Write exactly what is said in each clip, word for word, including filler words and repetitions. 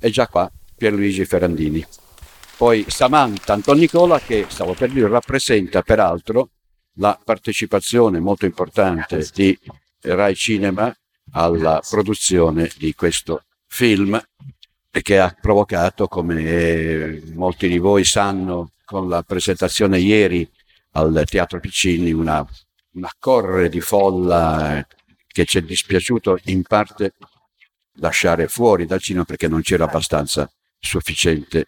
e già qua Pierluigi Ferrandini. Poi Samantha Antonicola, che stavo per dire rappresenta peraltro la partecipazione molto importante di Rai Cinema alla produzione di questo film, e che ha provocato, come molti di voi sanno, con la presentazione ieri al Teatro Piccini, una, una correre di folla che ci è dispiaciuto in parte lasciare fuori dal cinema perché non c'era abbastanza sufficiente.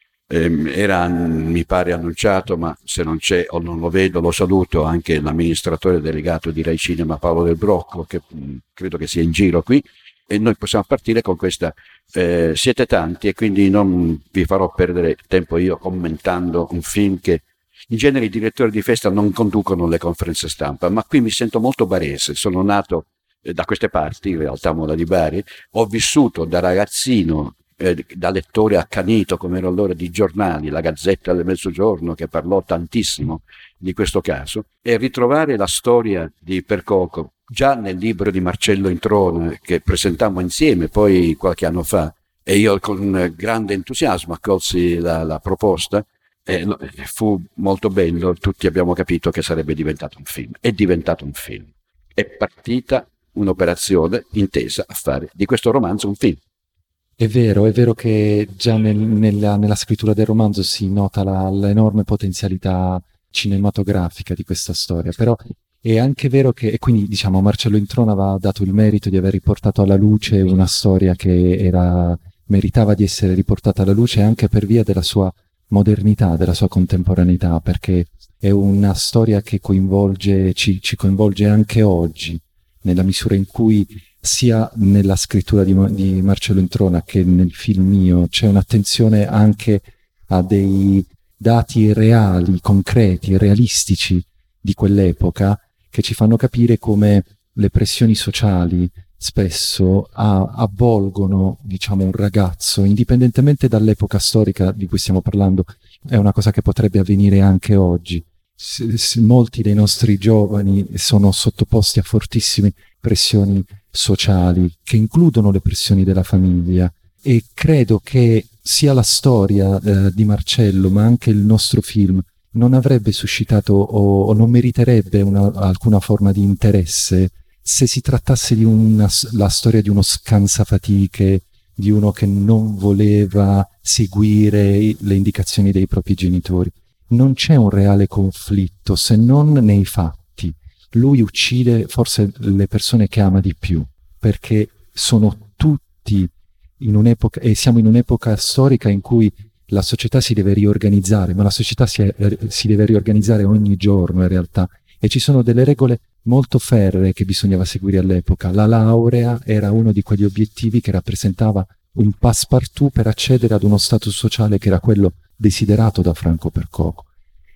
Eh, era, mi pare, annunciato, ma se non c'è o non lo vedo lo saluto, anche l'amministratore delegato di Rai Cinema Paolo Del Brocco, che mh, credo che sia in giro qui, e noi possiamo partire con questa. Eh, siete tanti e quindi non vi farò perdere tempo io commentando un film che in genere i direttori di festa non conducono le conferenze stampa, ma qui mi sento molto barese. Sono nato eh, da queste parti, in realtà Mola di Bari, ho vissuto da ragazzino, eh, da lettore accanito come ero allora di giornali, la Gazzetta del Mezzogiorno che parlò tantissimo di questo caso, e ritrovare la storia di Percoco già nel libro di Marcello Introna che presentammo insieme poi qualche anno fa, e io con grande entusiasmo accolsi la, la proposta, e fu molto bello. Tutti abbiamo capito che sarebbe diventato un film. È diventato un film. È partita un'operazione intesa a fare di questo romanzo un film. È vero, è vero che già nel, nella, nella scrittura del romanzo si nota la, l'enorme potenzialità cinematografica di questa storia, però è anche vero che, e quindi diciamo Marcello Introna va dato il merito di aver riportato alla luce una storia che era, meritava di essere riportata alla luce anche per via della sua modernità, della sua contemporaneità, perché è una storia che coinvolge, ci, ci coinvolge anche oggi, nella misura in cui sia nella scrittura di, di Marcello Introna che nel film mio c'è un'attenzione anche a dei dati reali, concreti, realistici di quell'epoca, che ci fanno capire come le pressioni sociali spesso a, avvolgono, diciamo, un ragazzo, indipendentemente dall'epoca storica di cui stiamo parlando. È una cosa che potrebbe avvenire anche oggi. S- s- molti dei nostri giovani sono sottoposti a fortissime pressioni sociali, che includono le pressioni della famiglia, e credo che sia la storia eh, di Marcello, ma anche il nostro film, non avrebbe suscitato o, o non meriterebbe una, alcuna forma di interesse se si trattasse di una, la storia di uno scansafatiche, di uno che non voleva seguire le indicazioni dei propri genitori. Non c'è un reale conflitto, se non nei fatti. Lui uccide forse le persone che ama di più, perché sono tutti in un'epoca, e siamo in un'epoca storica in cui la società si deve riorganizzare, ma la società si, è, si deve riorganizzare ogni giorno in realtà, e ci sono delle regole molto ferree che bisognava seguire all'epoca. La laurea era uno di quegli obiettivi che rappresentava un passepartout per accedere ad uno status sociale che era quello desiderato da Franco Percoco.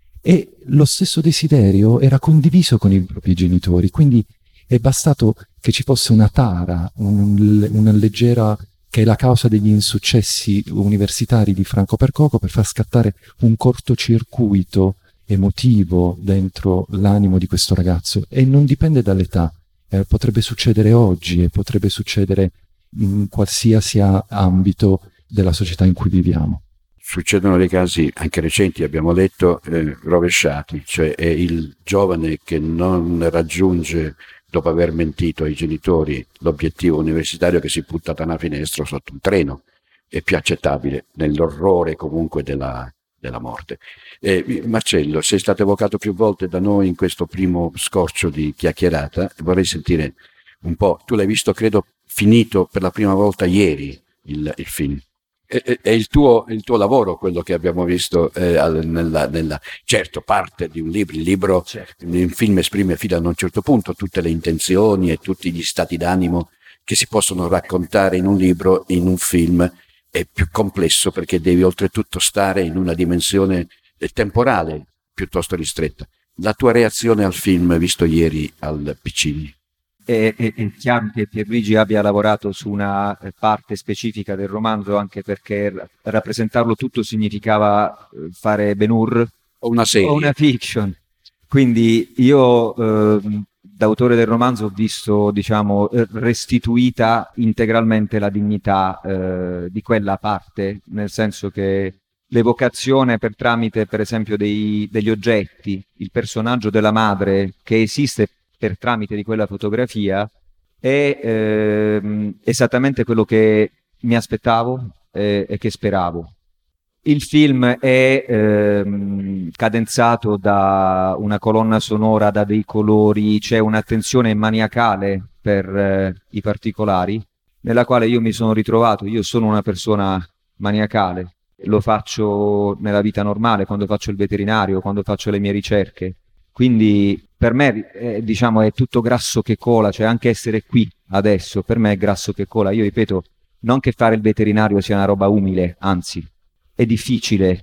E lo stesso desiderio era condiviso con i propri genitori, quindi è bastato che ci fosse una tara, un, una leggera, che è la causa degli insuccessi universitari di Franco Percoco, per far scattare un cortocircuito emotivo dentro l'animo di questo ragazzo. E non dipende dall'età, eh, potrebbe succedere oggi e potrebbe succedere in qualsiasi ambito della società in cui viviamo. Succedono dei casi anche recenti, abbiamo letto, eh, rovesciati, cioè è il giovane che non raggiunge, dopo aver mentito ai genitori, l'obiettivo universitario, che si butta da una finestra sotto un treno. È più accettabile nell'orrore comunque della, della morte. Eh, Marcello, sei stato evocato più volte da noi in questo primo scorcio di chiacchierata. Vorrei sentire un po', tu l'hai visto credo finito per la prima volta ieri il, il film. È, è il tuo, il tuo lavoro quello che abbiamo visto eh, nella, nella certo parte di un libro. Il libro, certo. Il film esprime fino ad un certo punto tutte le intenzioni e tutti gli stati d'animo che si possono raccontare in un libro. In un film è più complesso perché devi oltretutto stare in una dimensione temporale piuttosto ristretta. La tua reazione al film visto ieri al Piccini? È, è, è chiaro che Pierluigi abbia lavorato su una parte specifica del romanzo, anche perché rappresentarlo tutto significava fare Ben-Hur o una serie o una fiction. Quindi io eh, da autore del romanzo ho visto, diciamo, restituita integralmente la dignità eh, di quella parte, nel senso che l'evocazione per tramite, per esempio, dei, degli oggetti, il personaggio della madre che esiste per tramite di quella fotografia è eh, esattamente quello che mi aspettavo eh, e che speravo. Il film è ehm, cadenzato da una colonna sonora, da dei colori, c'è un'attenzione maniacale per eh, i particolari, nella quale io mi sono ritrovato. Io sono una persona maniacale, lo faccio nella vita normale, quando faccio il veterinario, quando faccio le mie ricerche. Quindi per me eh, diciamo è tutto grasso che cola, cioè anche essere qui adesso per me è grasso che cola. Io ripeto, non che fare il veterinario sia una roba umile, anzi è difficile,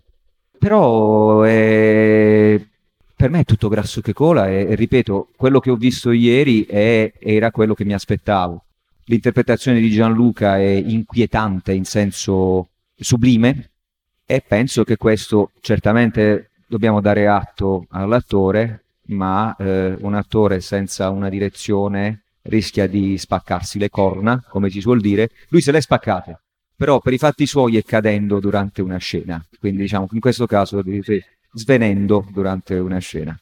però è... per me è tutto grasso che cola e, e ripeto, quello che ho visto ieri è, era quello che mi aspettavo. L'interpretazione di Gianluca è inquietante in senso sublime e penso che questo certamente dobbiamo dare atto all'attore, ma eh, un attore senza una direzione rischia di spaccarsi le corna, come si suol dire. Lui se le è spaccate, però per i fatti suoi è cadendo durante una scena, quindi diciamo in questo caso svenendo durante una scena.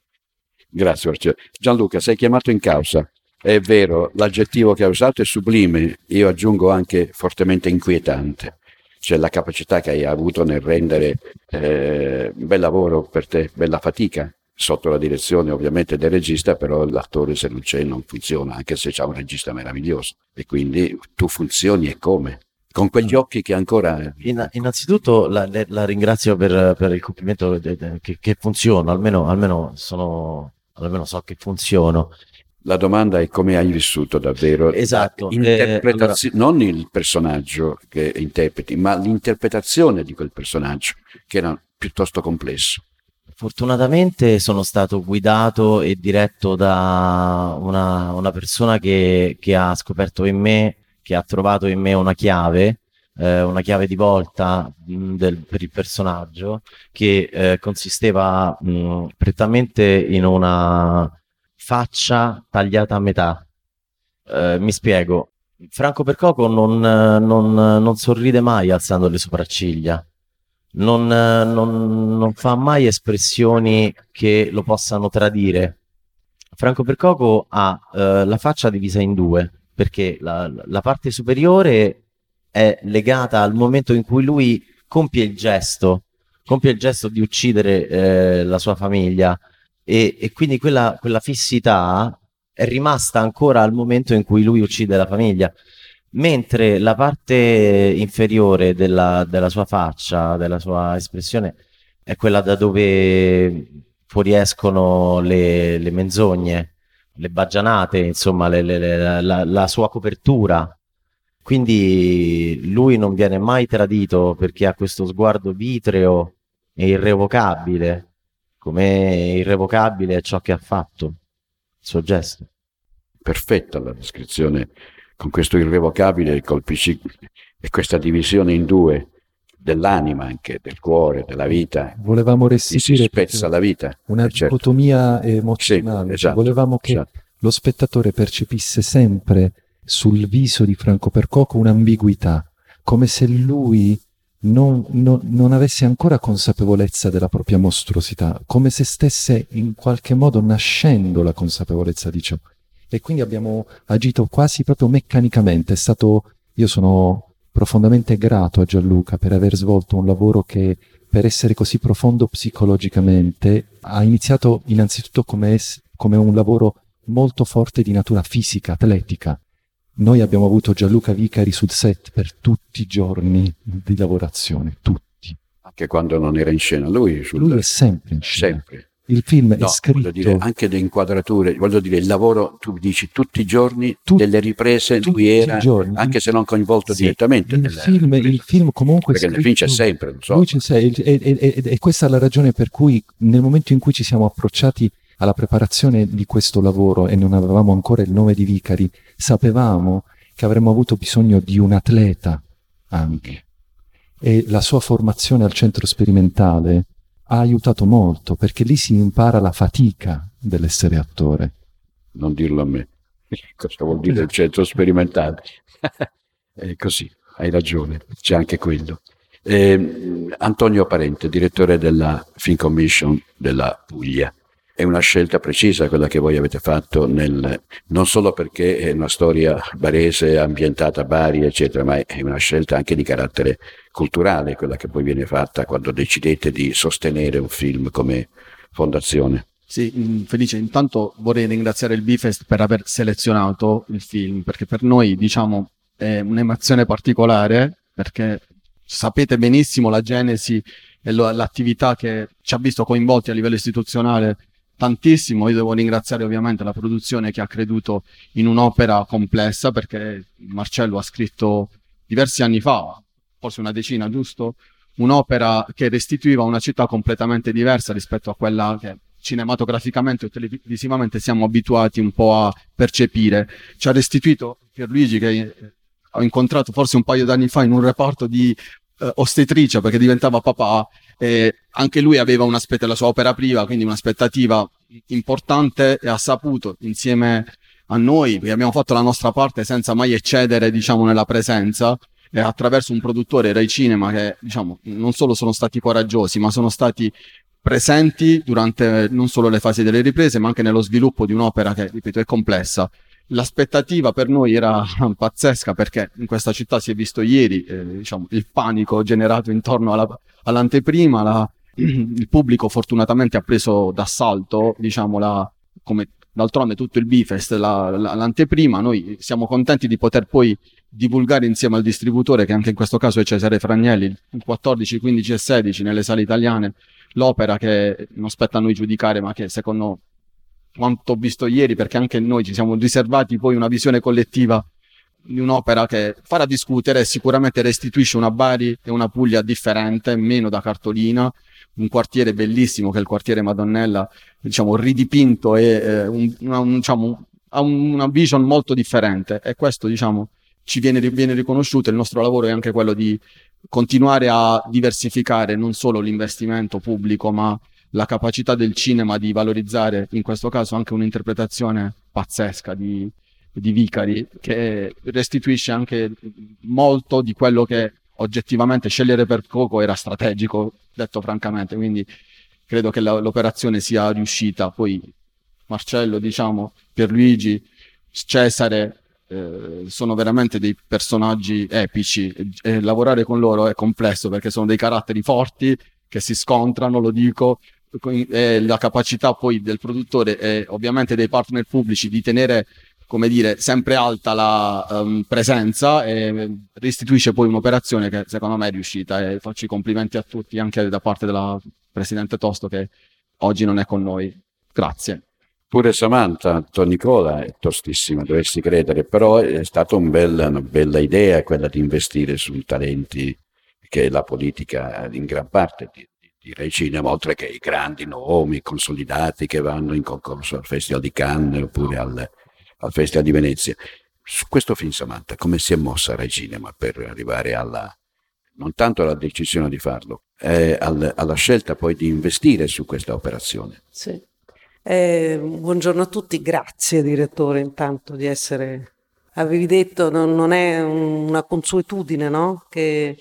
Grazie Marcello. Gianluca, sei chiamato in causa. È vero, l'aggettivo che hai usato è sublime, io aggiungo anche fortemente inquietante, cioè la capacità che hai avuto nel rendere eh, un bel lavoro per te, bella fatica, sotto la direzione ovviamente del regista, però l'attore se non c'è non funziona, anche se c'è un regista meraviglioso, e quindi tu funzioni e come? Con quegli occhi che ancora... In, innanzitutto la, la ringrazio per, per il complimento de, de, che, che funziono, almeno, almeno, sono, almeno so che funziono. La domanda è come hai vissuto davvero. Esatto. Interpretazio- eh, allora... Non il personaggio che interpreti, ma l'interpretazione di quel personaggio, che era piuttosto complesso. Fortunatamente sono stato guidato e diretto da una, una persona che, che ha scoperto in me, che ha trovato in me una chiave, eh, una chiave di volta mh, del, per il personaggio, che eh, consisteva mh, prettamente in una faccia tagliata a metà. Eh, mi spiego. Franco Percoco non, non, non sorride mai alzando le sopracciglia. Non, non, non fa mai espressioni che lo possano tradire. Franco Percoco ha eh, la faccia divisa in due, perché la, la parte superiore è legata al momento in cui lui compie il gesto, compie il gesto di uccidere eh, la sua famiglia, e, e quindi quella, quella fissità è rimasta ancora al momento in cui lui uccide la famiglia. Mentre la parte inferiore della, della sua faccia, della sua espressione, è quella da dove fuoriescono le, le menzogne, le baggianate, insomma, le, le, le, la, la sua copertura. Quindi lui non viene mai tradito perché ha questo sguardo vitreo e irrevocabile, come irrevocabile è ciò che ha fatto, il suo gesto. Perfetta la descrizione. Con questo irrevocabile colpisci, e questa divisione in due dell'anima, anche del cuore, della vita. Volevamo restituire, si spezza la vita, una eh, certo. dicotomia emozionale. Sì, esatto, Volevamo che esatto. lo spettatore percepisse sempre sul viso di Franco Percoco un'ambiguità, come se lui non, non, non avesse ancora consapevolezza della propria mostruosità, come se stesse in qualche modo nascendo la consapevolezza di ciò. E quindi abbiamo agito quasi proprio meccanicamente. È stato, io sono profondamente grato a Gianluca per aver svolto un lavoro che, per essere così profondo psicologicamente, ha iniziato innanzitutto come, es- come un lavoro molto forte di natura fisica, atletica. Noi abbiamo avuto Gianluca Vicari sul set per tutti i giorni di lavorazione, tutti. Anche quando non era in scena, lui, sul... lui è sempre in scena. Sempre. Il film no, è scritto... Voglio dire, anche le inquadrature, voglio dire, il lavoro, tu dici tutti i giorni, Tut- delle riprese, lui era, giorni. anche se non coinvolto Sì. direttamente. Il, nelle film, riprese. il film comunque Perché è nel film c'è scritto- sempre, non so. Lui c'è se- e, e- e- e questa è la ragione per cui nel momento in cui ci siamo approcciati alla preparazione di questo lavoro e non avevamo ancora il nome di Vicari, sapevamo che avremmo avuto bisogno di un atleta anche. E la sua formazione al centro sperimentale ha aiutato molto, perché lì si impara la fatica dell'essere attore. non dirlo a me. Cosa vuol dire il centro sperimentale? È così, hai ragione, c'è anche quello. Eh, Antonio Parente, direttore della Film Commission della Puglia. È una scelta precisa quella che voi avete fatto, nel, non solo perché è una storia barese ambientata a Bari, eccetera, ma è una scelta anche di carattere culturale, quella che poi viene fatta quando decidete di sostenere un film come fondazione. Sì, Felice, intanto vorrei ringraziare il Bifest per aver selezionato il film, perché per noi, diciamo, è un'emozione particolare, perché sapete benissimo la genesi e l'attività che ci ha visto coinvolti a livello istituzionale tantissimo. Io devo ringraziare ovviamente la produzione che ha creduto in un'opera complessa, perché Marcello ha scritto diversi anni fa, forse una decina, giusto? Un'opera che restituiva una città completamente diversa rispetto a quella che cinematograficamente o televisivamente siamo abituati un po' a percepire. Ci ha restituito Pierluigi, che ho incontrato forse un paio d'anni fa in un reparto di eh, ostetricia, perché diventava papà, e anche lui aveva un aspetto della sua opera prima, quindi un'aspettativa importante, e ha saputo insieme a noi, perché abbiamo fatto la nostra parte senza mai eccedere, diciamo, nella presenza, e attraverso un produttore, Rai Cinema, che, diciamo, non solo sono stati coraggiosi, ma sono stati presenti durante non solo le fasi delle riprese, ma anche nello sviluppo di un'opera che, ripeto, è complessa. L'aspettativa per noi era pazzesca, perché in questa città si è visto ieri, eh, diciamo, il panico generato intorno alla, all'anteprima, la, il pubblico fortunatamente ha preso d'assalto, diciamo, la, come d'altronde tutto il Bifest, la, la, l'anteprima. Noi siamo contenti di poter poi divulgare insieme al distributore, che anche in questo caso è Cesare Fragnelli, il quattordici, quindici e sedici nelle sale italiane, l'opera che non spetta a noi giudicare, ma che secondo quanto ho visto ieri, perché anche noi ci siamo riservati poi una visione collettiva di un'opera che farà discutere e sicuramente restituisce una Bari e una Puglia differente, meno da cartolina, un quartiere bellissimo che è il quartiere Madonnella, diciamo ridipinto, e eh, un, una, un, diciamo, ha una vision molto differente, e questo, diciamo, ci viene, viene riconosciuto. Il nostro lavoro è anche quello di continuare a diversificare non solo l'investimento pubblico, ma la capacità del cinema di valorizzare, in questo caso, anche un'interpretazione pazzesca di, di Vicari, che restituisce anche molto di quello che oggettivamente scegliere per Coco era strategico, detto francamente. Quindi credo che la, l'operazione sia riuscita. Poi Marcello, diciamo, Pierluigi, Cesare, eh, sono veramente dei personaggi epici, e, e lavorare con loro è complesso, perché sono dei caratteri forti che si scontrano, lo dico. E la capacità poi del produttore e ovviamente dei partner pubblici di tenere, come dire, sempre alta la um, presenza, e restituisce poi un'operazione che secondo me è riuscita, e faccio i complimenti a tutti, anche da parte della Presidente Tosto, che oggi non è con noi. Grazie. Pure Samantha, Don Nicola è tostissima, dovresti credere, però è stata un bella, una bella idea quella di investire sui talenti, che è la politica in gran parte di, di Rai Cinema, oltre che i grandi nomi consolidati che vanno in concorso al Festival di Cannes oppure al, al Festival di Venezia. Su questo film, Samantha, come si è mossa Rai Cinema per arrivare alla, non tanto alla decisione di farlo, eh, al, alla scelta poi di investire su questa operazione? Sì. Eh, buongiorno a tutti, grazie direttore intanto di essere, avevi detto non, non è una consuetudine, no? Che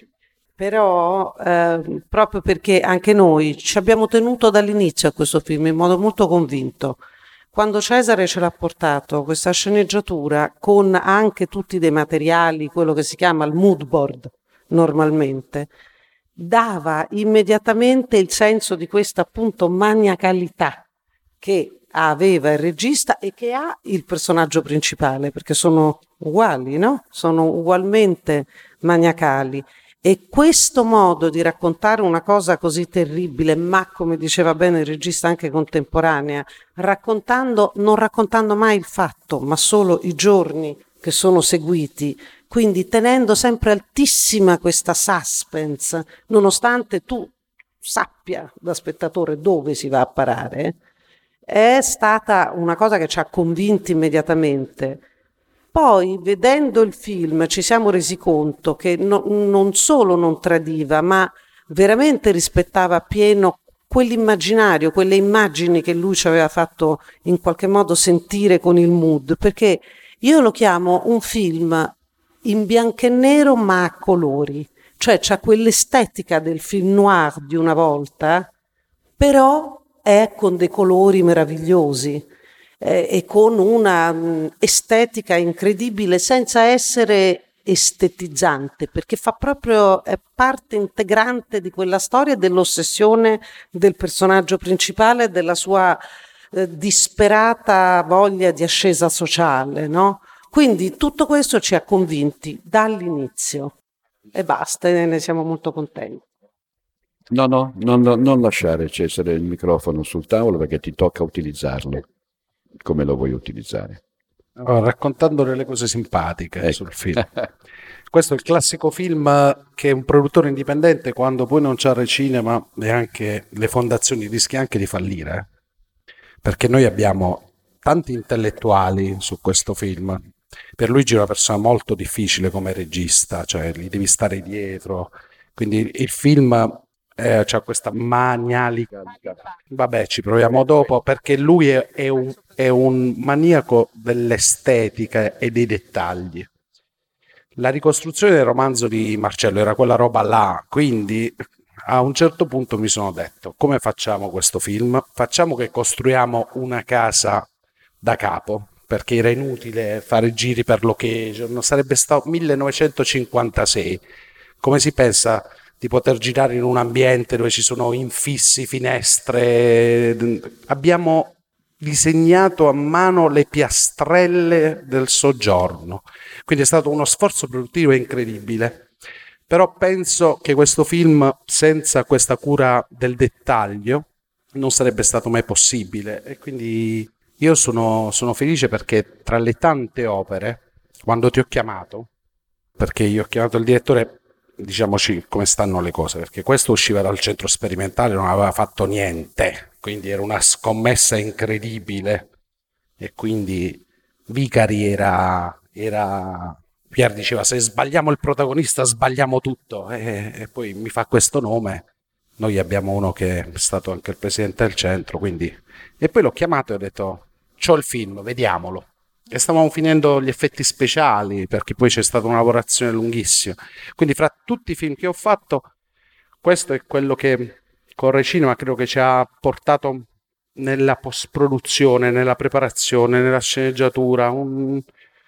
però eh, proprio perché anche noi ci abbiamo tenuto dall'inizio a questo film in modo molto convinto. Quando Cesare ce l'ha portato questa sceneggiatura con anche tutti dei materiali, quello che si chiama il mood board normalmente, dava immediatamente il senso di questa appunto maniacalità che aveva il regista e che ha il personaggio principale, perché sono uguali, no? Sono ugualmente maniacali. E questo modo di raccontare una cosa così terribile, ma come diceva bene il regista anche contemporanea, raccontando, non raccontando mai il fatto, ma solo i giorni che sono seguiti, quindi tenendo sempre altissima questa suspense, nonostante tu sappia da spettatore dove si va a parare, è stata una cosa che ci ha convinti immediatamente. Poi, vedendo il film, ci siamo resi conto che no, non solo non tradiva, ma veramente rispettava appieno quell'immaginario, quelle immagini che lui ci aveva fatto in qualche modo sentire con il mood, perché io lo chiamo un film in bianco e nero ma a colori, cioè c'ha quell'estetica del film noir di una volta, però è con dei colori meravigliosi eh, e con una mh, estetica incredibile senza essere estetizzante, perché fa proprio è parte integrante di quella storia e dell'ossessione del personaggio principale, della sua eh, disperata voglia di ascesa sociale, no? Quindi tutto questo ci ha convinti dall'inizio e basta, e ne siamo molto contenti. No, no, non, non lasciare Cesare il microfono sul tavolo perché ti tocca utilizzarlo come lo vuoi utilizzare. Oh, raccontando delle cose simpatiche Ecco. sul film. Questo è il classico film che un produttore indipendente, quando poi non c'ha il cinema e anche le fondazioni, rischia anche di fallire. Perché noi abbiamo tanti intellettuali su questo film. Per Luigi è una persona molto difficile come regista, cioè gli devi stare dietro. Quindi il film eh, c'ha questa manialica. Vabbè, ci proviamo dopo, perché lui è, è, un, è un maniaco dell'estetica e dei dettagli. La ricostruzione del romanzo di Marcello era quella roba là, quindi a un certo punto mi sono detto: come facciamo questo film? Facciamo che costruiamo una casa da capo, perché era inutile fare giri per location, sarebbe stato millenovecentocinquantasei. Come si pensa di poter girare in un ambiente dove ci sono infissi, finestre? Abbiamo disegnato a mano le piastrelle del soggiorno, quindi è stato uno sforzo produttivo incredibile. Però penso che questo film senza questa cura del dettaglio non sarebbe stato mai possibile, e quindi io sono, sono felice perché tra le tante opere, quando ti ho chiamato, perché io ho chiamato il direttore, diciamoci come stanno le cose, perché questo usciva dal centro sperimentale, non aveva fatto niente, quindi era una scommessa incredibile, e quindi Vicari era, era... Pier diceva: se sbagliamo il protagonista sbagliamo tutto, e, e poi mi fa questo nome. Noi abbiamo uno che è stato anche il presidente del centro, quindi... E poi l'ho chiamato e ho detto: c'ho il film, vediamolo. E stavamo finendo gli effetti speciali, perché poi c'è stata una lavorazione lunghissima. Quindi fra tutti i film che ho fatto, questo è quello che con Recinema credo che ci ha portato nella post-produzione, nella preparazione, nella sceneggiatura, un,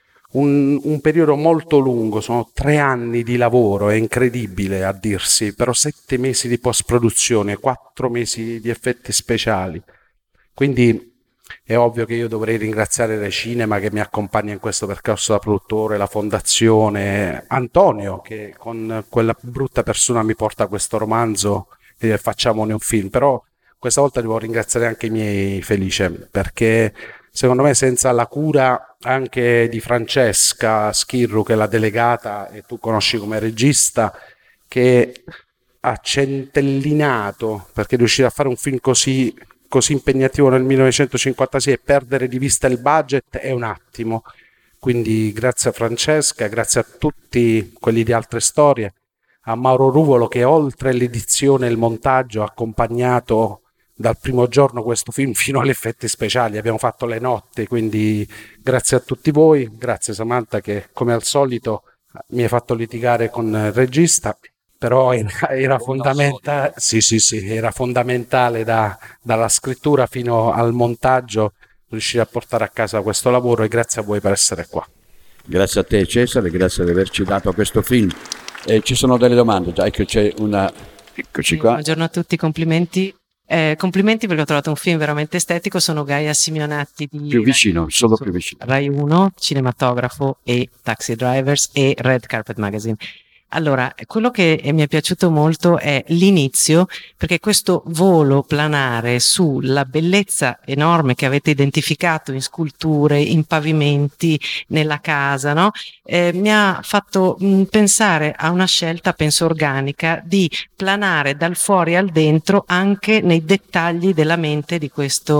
un, un periodo molto lungo, sono tre anni di lavoro, è incredibile a dirsi, però sette mesi di post-produzione, quattro mesi di effetti speciali. Quindi è ovvio che io dovrei ringraziare Recinema che mi accompagna in questo percorso da produttore, la fondazione, Antonio che con quella brutta persona mi porta questo romanzo e facciamone un film. Però questa volta devo ringraziare anche i miei Felice, perché secondo me senza la cura anche di Francesca Schirru, che è la delegata e tu conosci come regista, che ha centellinato, perché riuscire a fare un film così così impegnativo nel millenovecentocinquantasei e perdere di vista il budget è un attimo. Quindi grazie a Francesca, grazie a tutti quelli di Altre Storie, a Mauro Ruvolo che oltre l'edizione e il montaggio ha accompagnato dal primo giorno questo film fino agli effetti speciali, abbiamo fatto le notti, quindi grazie a tutti voi, grazie Samantha che come al solito mi hai fatto litigare con il regista. Però era, era, fondamentale, sì, sì, sì, era fondamentale da, dalla scrittura fino al montaggio riuscire a portare a casa questo lavoro, e grazie a voi per essere qua. Grazie a te Cesare, grazie di averci dato questo film. Eh, ci sono delle domande, già che c'è una... Eccoci qua. Buongiorno a tutti, complimenti. Eh, complimenti perché ho trovato un film veramente estetico, sono Gaia Simeonatti di più vicino, solo più vicino. Rai uno, cinematografo e Taxi Drivers e Red Carpet Magazine. Allora, quello che mi è piaciuto molto è l'inizio, perché questo volo planare sulla bellezza enorme che avete identificato in sculture, in pavimenti, nella casa, no? Eh, mi ha fatto mh, pensare a una scelta, penso organica, di planare dal fuori al dentro anche nei dettagli della mente di questo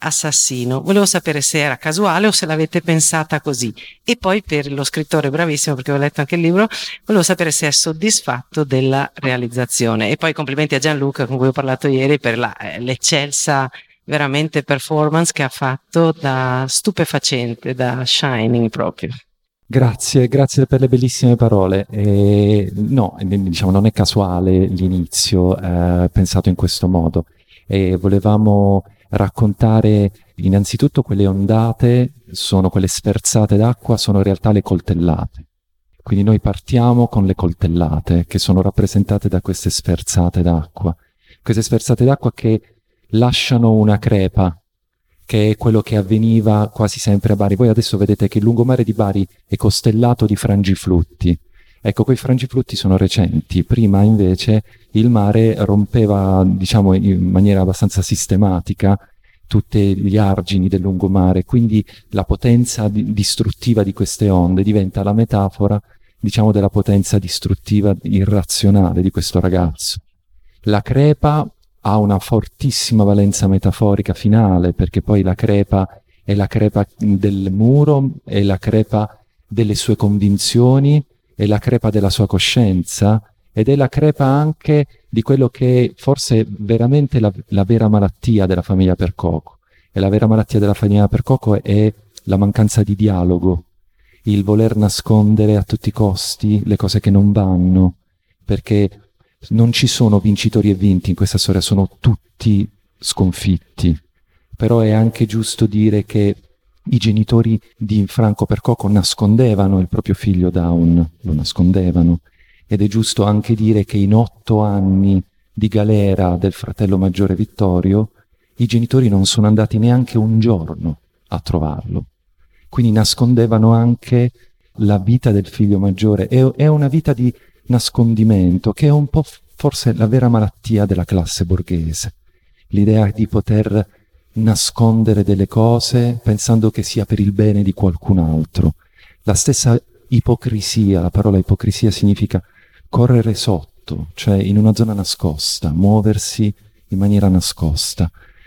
assassino. Volevo sapere se era casuale o se l'avete pensata così. E poi per lo scrittore bravissimo, perché ho letto anche il libro, volevo sapere se è soddisfatto della realizzazione. E poi complimenti a Gianluca, con cui ho parlato ieri, per la, eh, l'eccelsa veramente performance che ha fatto, da stupefacente, da Shining proprio. Grazie, grazie per le bellissime parole. E, no, diciamo, non è casuale l'inizio eh, pensato in questo modo. E volevamo raccontare innanzitutto quelle ondate, sono quelle sferzate d'acqua, sono in realtà le coltellate. Quindi noi partiamo con le coltellate, che sono rappresentate da queste sferzate d'acqua. Queste sferzate d'acqua che lasciano una crepa, che è quello che avveniva quasi sempre a Bari. Voi adesso vedete che il lungomare di Bari è costellato di frangiflutti. Ecco, quei frangiflutti sono recenti. Prima invece il mare rompeva, diciamo, in maniera abbastanza sistematica tutti gli argini del lungomare, quindi la potenza di- distruttiva di queste onde diventa la metafora, diciamo, della potenza distruttiva irrazionale di questo ragazzo. La crepa ha una fortissima valenza metaforica finale, perché poi la crepa è la crepa del muro, è la crepa delle sue convinzioni, è la crepa della sua coscienza, ed è la crepa anche di quello che forse è veramente la, la vera malattia della famiglia Percoco. E la vera malattia della famiglia Percoco è la mancanza di dialogo, il voler nascondere a tutti i costi le cose che non vanno, perché non ci sono vincitori e vinti in questa storia, sono tutti sconfitti. Però è anche giusto dire che i genitori di Franco Percoco nascondevano il proprio figlio Down, lo nascondevano, ed è giusto anche dire che in otto anni di galera del fratello maggiore Vittorio, i genitori non sono andati neanche un giorno a trovarlo. Quindi nascondevano anche la vita del figlio maggiore. È, è una vita di nascondimento, che è un po' forse la vera malattia della classe borghese. L'idea di poter nascondere delle cose pensando che sia per il bene di qualcun altro. La stessa ipocrisia, la parola ipocrisia significa correre sotto, cioè in una zona nascosta, muoversi in maniera nascosta.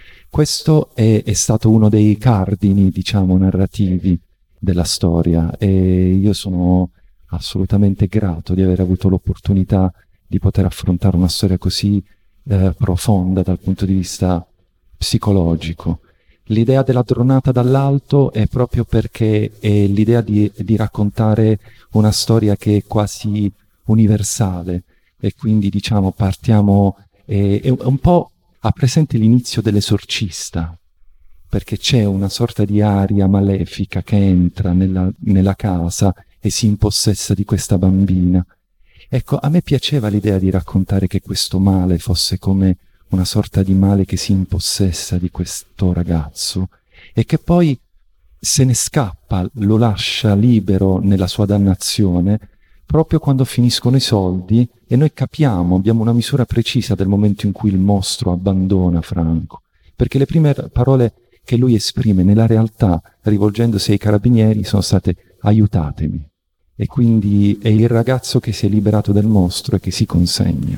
Questo è, è stato uno dei cardini, diciamo, narrativi della storia, e io sono assolutamente grato di aver avuto l'opportunità di poter affrontare una storia così eh, profonda dal punto di vista psicologico. L'idea della dronata dall'alto è proprio perché è l'idea di, di raccontare una storia che è quasi universale, e quindi, diciamo, partiamo, è, è un po' ha presente l'inizio dell'Esorcista, perché c'è una sorta di aria malefica che entra nella, nella casa e si impossessa di questa bambina. Ecco, a me piaceva l'idea di raccontare che questo male fosse come una sorta di male che si impossessa di questo ragazzo e che poi se ne scappa, lo lascia libero nella sua dannazione proprio quando finiscono i soldi, e noi capiamo, abbiamo una misura precisa del momento in cui il mostro abbandona Franco, perché le prime parole che lui esprime nella realtà, rivolgendosi ai carabinieri, sono state aiutatemi. E quindi è il ragazzo che si è liberato del mostro e che si consegna.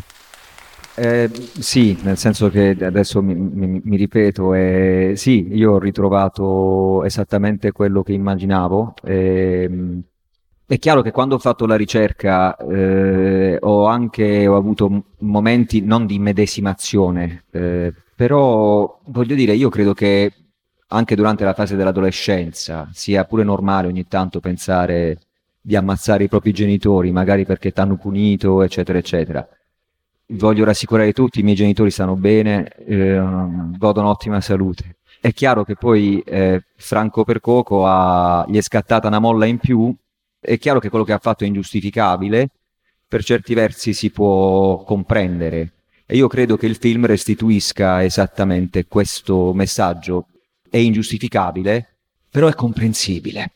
Eh, sì, nel senso che adesso mi, mi- mi ripeto, eh, sì, io ho ritrovato esattamente quello che immaginavo. ehm, È chiaro che quando ho fatto la ricerca eh, ho anche ho avuto m- momenti non di medesimazione, eh, però voglio dire, io credo che anche durante la fase dell'adolescenza sia pure normale ogni tanto pensare di ammazzare i propri genitori, magari perché t'hanno punito, eccetera, eccetera. Voglio rassicurare tutti, i miei genitori stanno bene, eh, godono ottima salute. È chiaro che poi eh, Franco Percoco ha, gli è scattata una molla in più. È chiaro che quello che ha fatto è ingiustificabile, per certi versi si può comprendere, e io credo che il film restituisca esattamente questo messaggio. È ingiustificabile, però è comprensibile.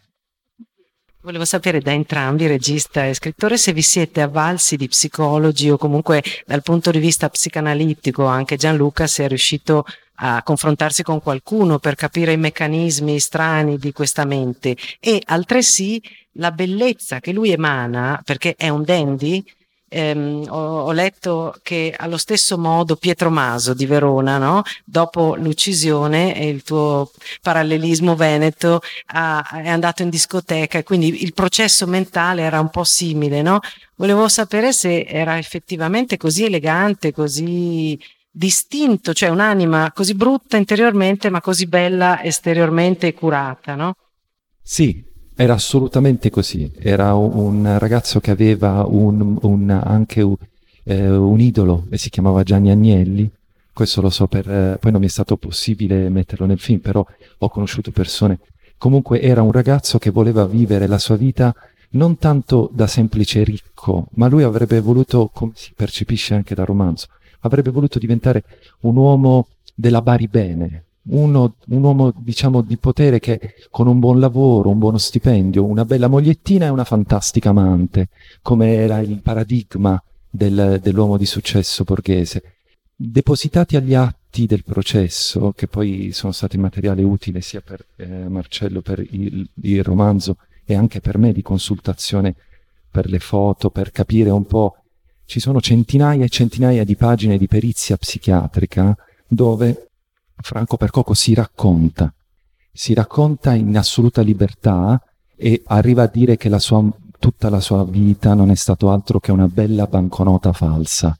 Volevo sapere da entrambi, regista e scrittore, se vi siete avvalsi di psicologi o comunque dal punto di vista psicanalitico, anche Gianluca, se è riuscito a confrontarsi con qualcuno per capire i meccanismi strani di questa mente, e altresì la bellezza che lui emana, perché è un dandy, ehm, ho, ho letto che allo stesso modo Pietro Maso di Verona, no? Dopo l'uccisione e il tuo parallelismo veneto, ha, è andato in discoteca e quindi il processo mentale era un po' simile, no? Volevo sapere se era effettivamente così elegante, così distinto, cioè un'anima così brutta interiormente ma così bella esteriormente e curata, no? Sì, era assolutamente così. Era un, un ragazzo che aveva un, un, anche un, eh, un idolo e si chiamava Gianni Agnelli. Questo lo so per... Eh, poi non mi è stato possibile metterlo nel film, però ho conosciuto persone. Comunque era un ragazzo che voleva vivere la sua vita non tanto da semplice ricco, ma lui avrebbe voluto, come si percepisce anche dal romanzo, avrebbe voluto diventare un uomo della Bari bene, uno, un uomo diciamo di potere che con un buon lavoro, un buono stipendio, una bella mogliettina e una fantastica amante, come era il paradigma del, dell'uomo di successo borghese. Depositati agli atti del processo, che poi sono stati materiale utile sia per eh, Marcello per il, il romanzo e anche per me di consultazione per le foto, per capire un po'. Ci sono centinaia e centinaia di pagine di perizia psichiatrica dove Franco Percoco si racconta, si racconta in assoluta libertà e arriva a dire che la sua, tutta la sua vita non è stato altro che una bella banconota falsa.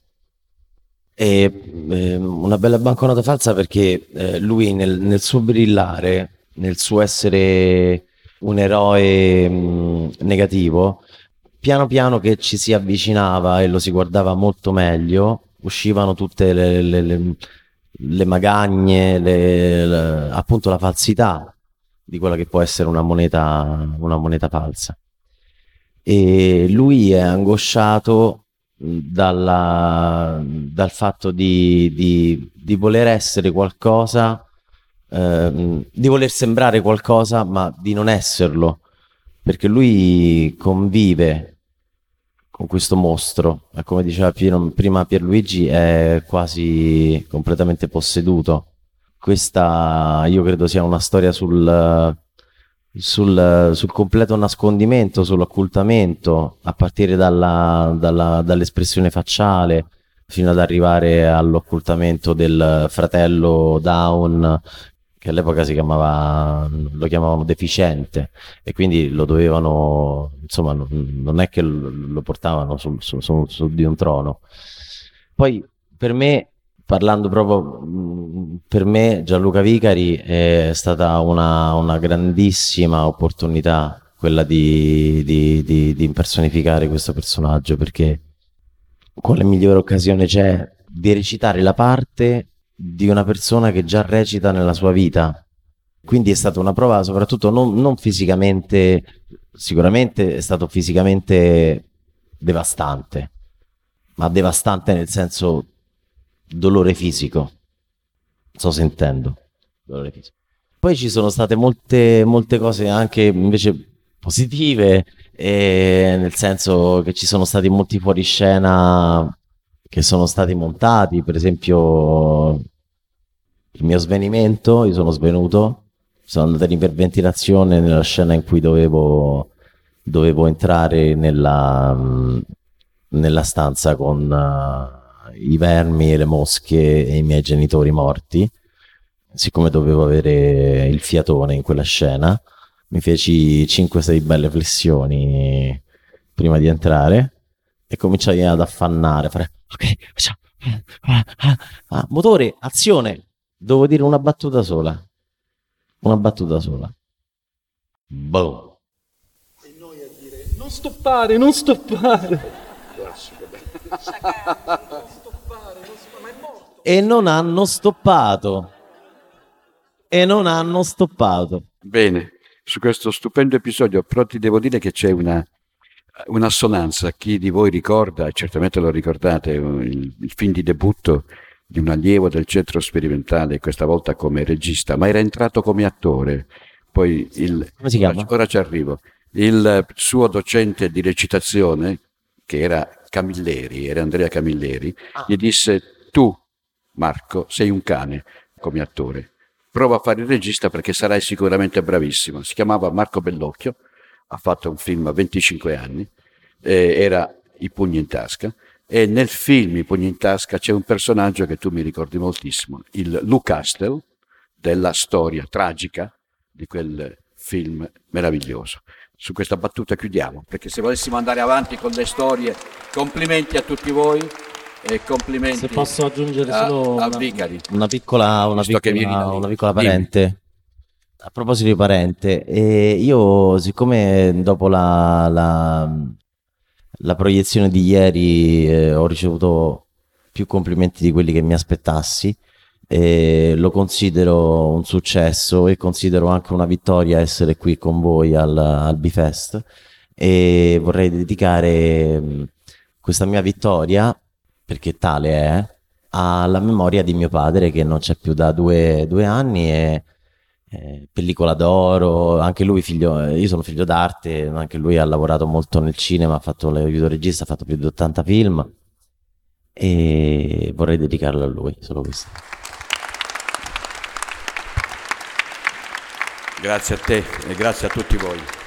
E, eh, una bella banconota falsa perché eh, lui nel, nel suo brillare, nel suo essere un eroe mh, negativo, piano piano che ci si avvicinava e lo si guardava molto meglio, uscivano tutte le, le, le, le magagne, le, le, appunto la falsità di quella che può essere una moneta, una moneta falsa. E lui è angosciato dalla, dal fatto di, di, di voler essere qualcosa, eh, di voler sembrare qualcosa, ma di non esserlo, perché lui convive con questo mostro, e come diceva Piero, prima Pierluigi, è quasi completamente posseduto. Questa io credo sia una storia sul, sul, sul completo nascondimento, sull'occultamento, a partire dalla, dalla, dall'espressione facciale fino ad arrivare all'occultamento del fratello Down, che all'epoca si chiamava, lo chiamavano deficiente, e quindi lo dovevano, insomma, non è che lo portavano su, su, su, su di un trono. Poi per me, parlando proprio per me, Gianluca Vicari è stata una, una grandissima opportunità quella di, di, di, di impersonificare questo personaggio, perché quale migliore occasione c'è di recitare la parte di una persona che già recita nella sua vita. Quindi è stata una prova soprattutto non, non fisicamente, sicuramente è stato fisicamente devastante, ma devastante nel senso dolore fisico, non so se intendo, dolore fisico. Poi ci sono state molte, molte cose anche invece positive, e nel senso che ci sono stati molti fuoriscena che sono stati montati, per esempio il mio svenimento, io sono svenuto, sono andato in iperventilazione nella scena in cui dovevo, dovevo entrare nella, nella stanza con uh, i vermi, le mosche e i miei genitori morti. Siccome dovevo avere il fiatone in quella scena, mi feci cinque sei belle flessioni prima di entrare e cominciai ad affannare, fare ok, facciamo ah, ah, ah, motore, azione. Devo dire una battuta sola. Una battuta sola. Boom. E noi a dire non stoppare, non stoppare. E non hanno stoppato. E non hanno stoppato. Bene, su questo stupendo episodio, però ti devo dire che c'è una un'assonanza. Chi di voi ricorda, e certamente lo ricordate, il, il film di debutto di un allievo del centro sperimentale, questa volta come regista, ma era entrato come attore. Poi il, come si chiama? Ora, ora ci arrivo. Il suo docente di recitazione, che era Camilleri, era Andrea Camilleri, ah. gli disse: tu, Marco, sei un cane come attore. Prova a fare il regista perché sarai sicuramente bravissimo. Si chiamava Marco Bellocchio, ha fatto un film a venticinque anni, eh, era I pugni in tasca, e nel film I pugni in tasca c'è un personaggio che tu mi ricordi moltissimo, il Lou Castle, della storia tragica di quel film meraviglioso. Su questa battuta chiudiamo, perché se volessimo andare avanti con le storie, complimenti a tutti voi e complimenti se posso aggiungere a, solo a una, Vicari. Una piccola, una Visto che piccola, vieni da lì. una piccola Dimmi. parente. A proposito di parente, eh, io siccome dopo la, la, la proiezione di ieri eh, ho ricevuto più complimenti di quelli che mi aspettassi, eh, lo considero un successo e considero anche una vittoria essere qui con voi al, al Bifest, e vorrei dedicare mh, questa mia vittoria, perché tale è, alla memoria di mio padre che non c'è più da due, due anni e eh, pellicola d'oro, anche lui figlio, io sono figlio d'arte, anche lui ha lavorato molto nel cinema, ha fatto il videoregista, ha fatto più di ottanta film e vorrei dedicarlo a lui, solo questo. Grazie a te e grazie a tutti voi.